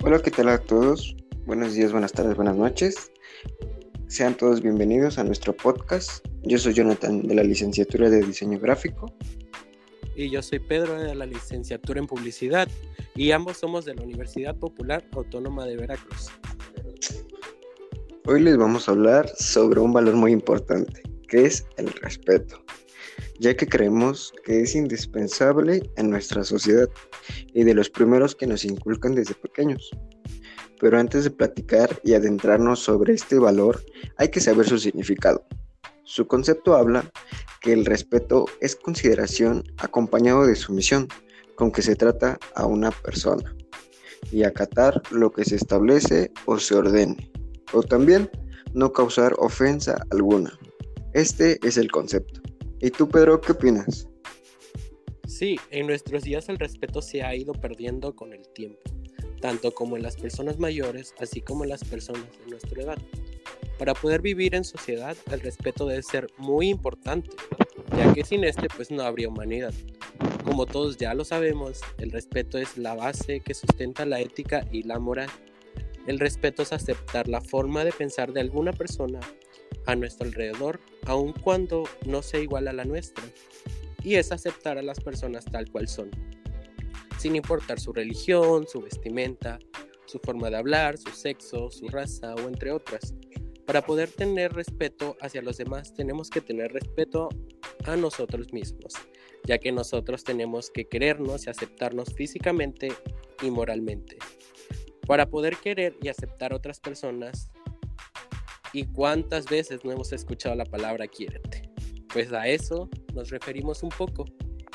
Hola, ¿qué tal a todos? Buenos días, buenas tardes, buenas noches. Sean todos bienvenidos a nuestro podcast. Yo soy Jonathan de la licenciatura de Diseño Gráfico. Y yo soy Pedro de la licenciatura en Publicidad y ambos somos de la Universidad Popular Autónoma de Veracruz. Hoy les vamos a hablar sobre un valor muy importante, que es el respeto, ya que creemos que es indispensable en nuestra sociedad y de los primeros que nos inculcan desde pequeños. Pero antes de platicar y adentrarnos sobre este valor, hay que saber su significado. Su concepto habla que el respeto es consideración acompañado de sumisión, con que se trata a una persona, y acatar lo que se establece o se ordene, o también no causar ofensa alguna. Este es el concepto. ¿Y tú, Pedro, qué opinas? Sí, en nuestros días el respeto se ha ido perdiendo con el tiempo, tanto como en las personas mayores, así como en las personas de nuestra edad. Para poder vivir en sociedad, el respeto debe ser muy importante, ya que sin este pues no habría humanidad. Como todos ya lo sabemos, el respeto es la base que sustenta la ética y la moral. El respeto es aceptar la forma de pensar de alguna persona a nuestro alrededor, aun cuando no sea igual a la nuestra, y es aceptar a las personas tal cual son, sin importar su religión, su vestimenta, su forma de hablar, su sexo, su raza o entre otras. Para poder tener respeto hacia los demás, tenemos que tener respeto a nosotros mismos, ya que nosotros tenemos que querernos y aceptarnos físicamente y moralmente. Para poder querer y aceptar a otras personas, ¿y cuántas veces no hemos escuchado la palabra quiérete? Pues a eso nos referimos un poco.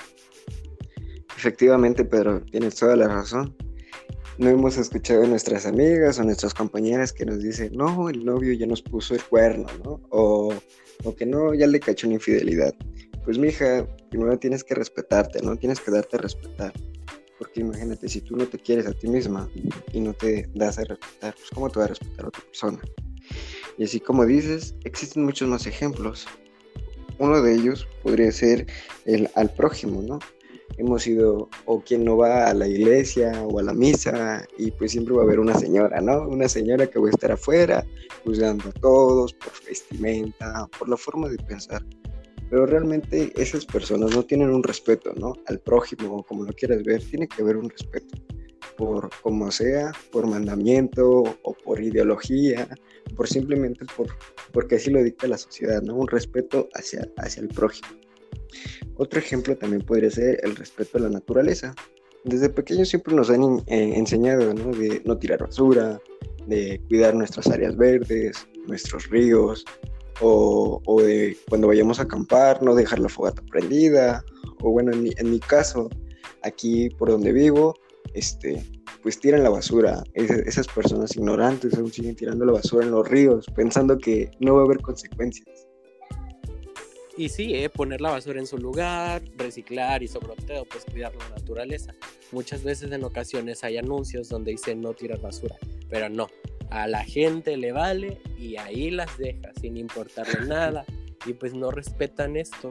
Efectivamente, Pedro, tienes toda la razón. No hemos escuchado a nuestras amigas o nuestras compañeras que nos dicen, no, el novio ya nos puso el cuerno, ¿no? O que no, ya le cachó una infidelidad. Pues mija, primero tienes que respetarte, ¿no? Tienes que darte a respetar. Porque imagínate, si tú no te quieres a ti misma y no te das a respetar, pues ¿cómo te va a respetar a otra persona? Y así como dices, existen muchos más ejemplos. Uno de ellos podría ser el al prójimo, ¿no? Hemos ido, o quien no va a la iglesia o a la misa, y pues siempre va a haber una señora, ¿no? Una señora que va a estar afuera, juzgando a todos por vestimenta, por la forma de pensar. Pero realmente esas personas no tienen un respeto, ¿no? Al prójimo, o como lo quieras ver, tiene que haber un respeto. Por como sea, por mandamiento, o por ideología, por simplemente porque así lo dicta la sociedad, ¿no? Un respeto hacia el prójimo. Otro ejemplo también podría ser el respeto a la naturaleza. Desde pequeños siempre nos han enseñado, ¿no? De no tirar basura, de cuidar nuestras áreas verdes, nuestros ríos, o de cuando vayamos a acampar, no dejar la fogata prendida, o bueno, en mi caso, aquí por donde vivo, pues tiran la basura. Esas personas ignorantes aún siguen tirando la basura en los ríos, pensando que no va a haber consecuencias. Y sí, poner la basura en su lugar, reciclar y sobre todo pues cuidar la naturaleza. Muchas veces en ocasiones hay anuncios donde dicen no tirar basura, pero no, a la gente le vale y ahí las deja sin importarle nada y pues no respetan esto.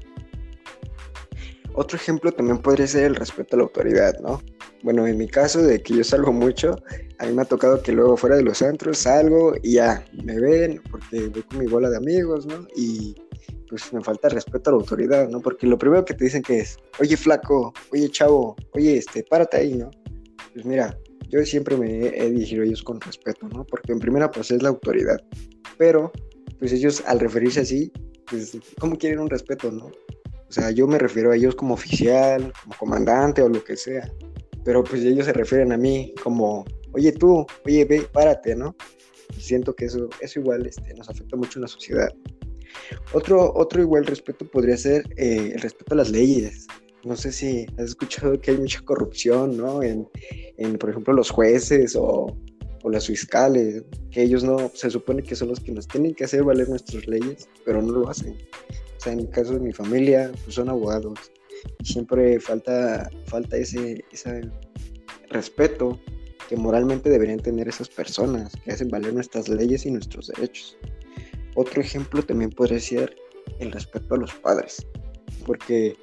Otro ejemplo también podría ser el respeto a la autoridad, ¿no? Bueno, en mi caso, de que yo salgo mucho, a mí me ha tocado que luego fuera de los antros salgo y ya, me ven porque voy con mi bola de amigos, ¿no? Y pues me falta respeto a la autoridad, ¿no? Porque lo primero que te dicen que es, oye flaco, oye chavo, oye párate ahí, ¿no? Pues mira, yo siempre me he dirigido a ellos con respeto, ¿no? Porque en primera pues es la autoridad, pero pues ellos al referirse así, pues ¿cómo quieren un respeto, no? O sea, yo me refiero a ellos como oficial, como comandante o lo que sea, pero pues ellos se refieren a mí como, oye tú, oye ve, párate, ¿no? Y siento que eso igual nos afecta mucho en la sociedad. Otro igual respeto podría ser el respeto a las leyes. No sé si has escuchado que hay mucha corrupción, ¿no? Por ejemplo, los jueces o los fiscales, que ellos no, se supone que son los que nos tienen que hacer valer nuestras leyes, pero no lo hacen. O sea, en el caso de mi familia, pues son abogados. Y siempre falta ese respeto que moralmente deberían tener esas personas que hacen valer nuestras leyes y nuestros derechos. Otro ejemplo también podría ser el respeto a los padres, porque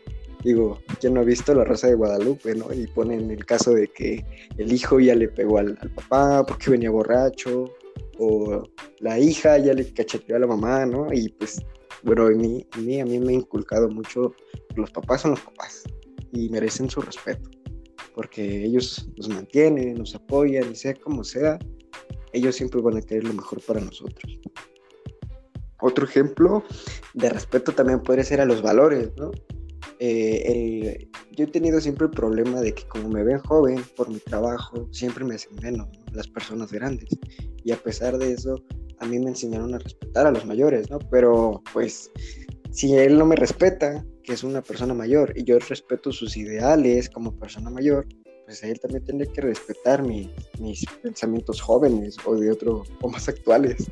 Digo, ¿quién no ha visto La Rosa de Guadalupe, no? Y ponen el caso de que el hijo ya le pegó al papá porque venía borracho, o la hija ya le cacheteó a la mamá, ¿no? Y pues, bueno, a mí me ha inculcado mucho, los papás son los papás y merecen su respeto, porque ellos nos mantienen, nos apoyan, y sea como sea, ellos siempre van a querer lo mejor para nosotros. Otro ejemplo de respeto también podría ser a los valores, ¿no? Yo he tenido siempre el problema de que como me ven joven por mi trabajo, siempre me hacen menos, ¿no? Las personas grandes. Y a pesar de eso, a mí me enseñaron a respetar a los mayores, ¿no? Pero pues si él no me respeta, que es una persona mayor, y yo respeto sus ideales como persona mayor, pues él también tiene que respetar mis pensamientos jóvenes o más actuales.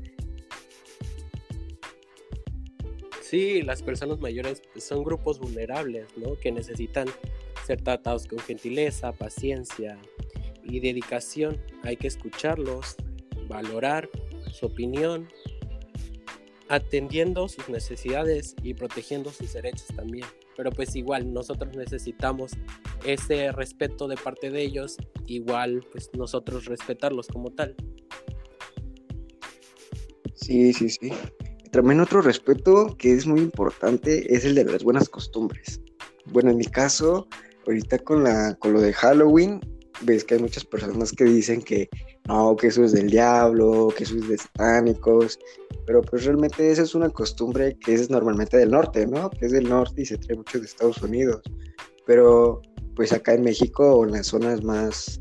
Sí, las personas mayores son grupos vulnerables, ¿no? Que necesitan ser tratados con gentileza, paciencia y dedicación. Hay que escucharlos, valorar su opinión, atendiendo sus necesidades y protegiendo sus derechos también. Pero pues igual nosotros necesitamos ese respeto de parte de ellos, igual pues nosotros respetarlos como tal. Sí. También otro respeto que es muy importante es el de las buenas costumbres. Bueno, en mi caso, ahorita con lo de Halloween, ves que hay muchas personas que dicen que no, que eso es del diablo, que eso es de satánicos, pero pues realmente esa es una costumbre que es normalmente del norte, ¿no? Que es del norte y se trae mucho de Estados Unidos. Pero pues acá en México, en las zonas más,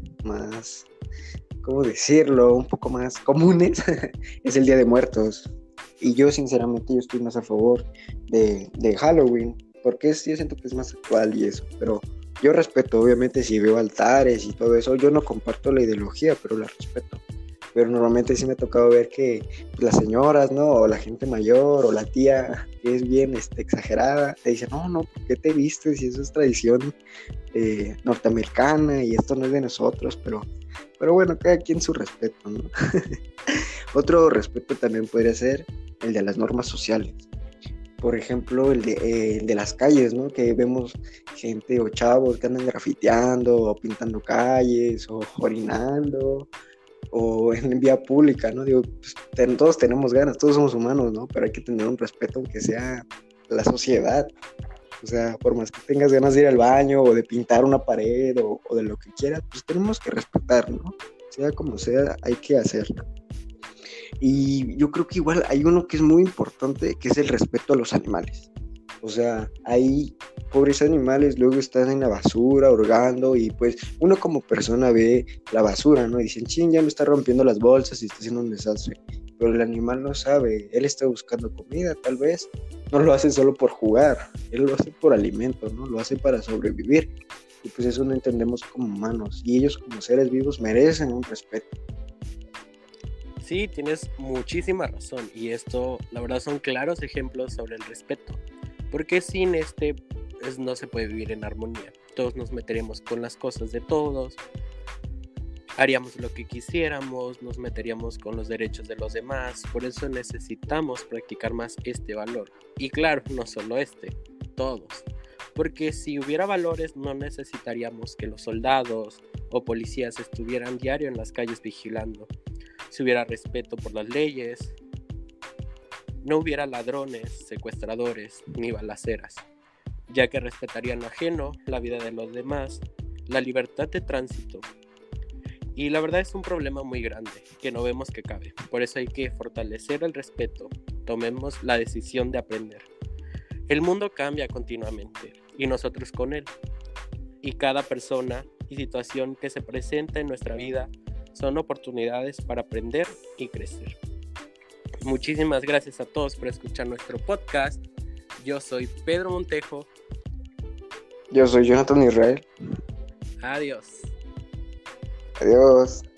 ¿cómo decirlo? Un poco más comunes, es el Día de Muertos. Y yo sinceramente yo estoy más a favor de Halloween, porque yo siento que es más actual y eso, pero yo respeto, obviamente si veo altares y todo eso, yo no comparto la ideología, pero la respeto. Pero normalmente sí me ha tocado ver que las señoras, ¿no? O la gente mayor, o la tía, que es bien exagerada, te dice, no, ¿por qué te vistes? Si eso es tradición norteamericana y esto no es de nosotros, pero bueno, cada quien su respeto, ¿no? Otro respeto también podría ser el de las normas sociales. Por ejemplo, el de las calles, ¿no? Que vemos gente o chavos que andan grafiteando o pintando calles o orinando o en vía pública, ¿no? Digo, pues, todos tenemos ganas, todos somos humanos, ¿no? Pero hay que tener un respeto aunque sea la sociedad. O sea, por más que tengas ganas de ir al baño o de pintar una pared o de lo que quieras, pues tenemos que respetar, ¿no? Sea como sea, hay que hacerlo. Y yo creo que igual hay uno que es muy importante, que es el respeto a los animales. O sea, hay pobres animales, luego están en la basura, hurgando, y pues uno como persona ve la basura, ¿no? Y dicen, ching, ya me está rompiendo las bolsas y está haciendo un desastre. Pero el animal no sabe, él está buscando comida, tal vez. No lo hace solo por jugar, él lo hace por alimento, ¿no? Lo hace para sobrevivir. Y pues eso no entendemos como humanos. Y ellos como seres vivos merecen un respeto. Sí, tienes muchísima razón y esto, la verdad, son claros ejemplos sobre el respeto, porque sin no se puede vivir en armonía. Todos nos meteremos con las cosas de todos, haríamos lo que quisiéramos, nos meteríamos con los derechos de los demás, por eso necesitamos practicar más este valor. Y claro, no solo todos, porque si hubiera valores no necesitaríamos que los soldados o policías estuvieran diario en las calles vigilando. Si hubiera respeto por las leyes, no hubiera ladrones, secuestradores ni balaceras, ya que respetarían lo ajeno, la vida de los demás, la libertad de tránsito. Y la verdad es un problema muy grande que no vemos que cabe. Por eso hay que fortalecer el respeto. Tomemos la decisión de aprender. El mundo cambia continuamente y nosotros con él. Y cada persona y situación que se presenta en nuestra vida son oportunidades para aprender y crecer. Muchísimas gracias a todos por escuchar nuestro podcast. Yo soy Pedro Montejo. Yo soy Jonathan Israel. Adiós. Adiós.